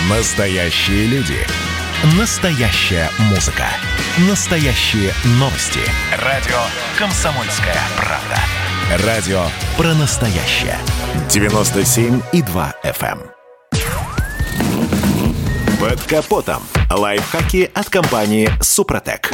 Настоящие люди. Настоящая музыка. Настоящие новости. Радио «Комсомольская правда». Радио про настоящее. 97,2 FM. Под капотом. Лайфхаки от компании «Супротек».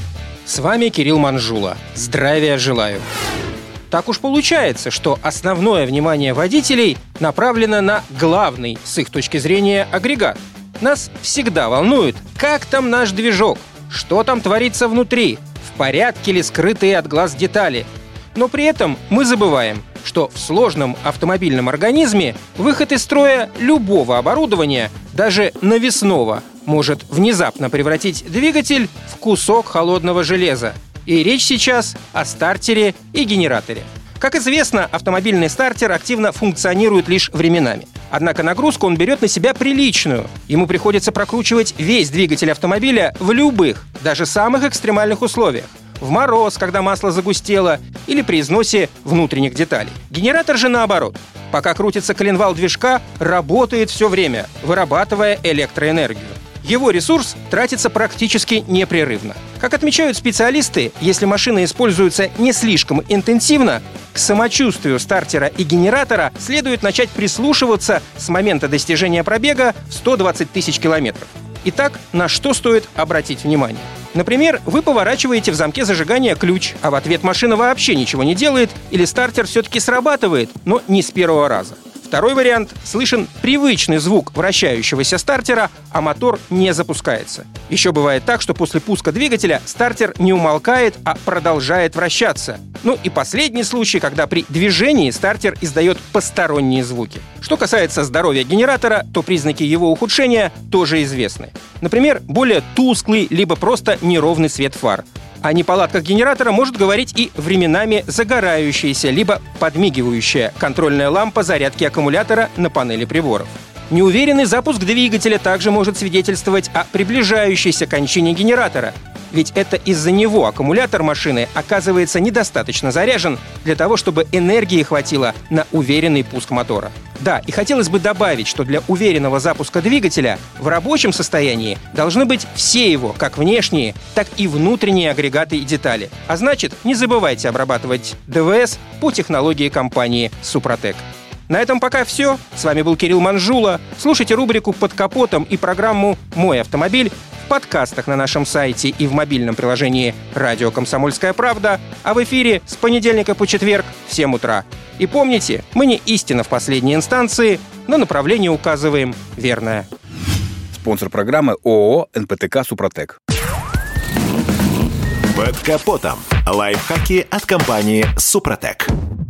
С вами Кирилл Манжула. Здравия желаю. Так уж получается, что основное внимание водителей направлено на главный, с их точки зрения, агрегат. Нас всегда волнует, как там наш движок, что там творится внутри, в порядке ли скрытые от глаз детали. Но при этом мы забываем, что в сложном автомобильном организме выход из строя любого оборудования, даже навесного, может внезапно превратить двигатель в кусок холодного железа. И речь сейчас о стартере и генераторе. Как известно, автомобильный стартер активно функционирует лишь временами. Однако нагрузку он берет на себя приличную. Ему приходится прокручивать весь двигатель автомобиля в любых, даже самых экстремальных условиях. В мороз, когда масло загустело, или при износе внутренних деталей. Генератор же наоборот. Пока крутится коленвал движка, работает все время, вырабатывая электроэнергию. Его ресурс тратится практически непрерывно. Как отмечают специалисты, если машина используется не слишком интенсивно, к самочувствию стартера и генератора следует начать прислушиваться с момента достижения пробега в 120 тысяч километров. Итак, на что стоит обратить внимание? Например, вы поворачиваете в замке зажигания ключ, а в ответ машина вообще ничего не делает, или стартер все-таки срабатывает, но не с первого раза. Второй вариант – слышен привычный звук вращающегося стартера, а мотор не запускается. Еще бывает так, что после пуска двигателя стартер не умолкает, а продолжает вращаться. Ну и последний случай, когда при движении стартер издает посторонние звуки. Что касается здоровья генератора, то признаки его ухудшения тоже известны. Например, более тусклый, либо просто неровный свет фар. О неполадках генератора может говорить и временами загорающаяся, либо подмигивающая контрольная лампа зарядки аккумулятора на панели приборов. Неуверенный запуск двигателя также может свидетельствовать о приближающейся кончине генератора. Ведь это из-за него аккумулятор машины оказывается недостаточно заряжен для того, чтобы энергии хватило на уверенный пуск мотора. Да, и хотелось бы добавить, что для уверенного запуска двигателя в рабочем состоянии должны быть все его, как внешние, так и внутренние агрегаты и детали. А значит, не забывайте обрабатывать ДВС по технологии компании «Супротек». На этом пока все. С вами был Кирилл Манжула. Слушайте рубрику «Под капотом» и программу «Мой автомобиль» в подкастах на нашем сайте и в мобильном приложении «Радио Комсомольская правда», а в эфире с понедельника по четверг в 7 утра. И помните, мы не истина в последней инстанции, но направление указываем верное. Спонсор программы ООО «НПТК Супротек». Под капотом. Лайфхаки от компании «Супротек».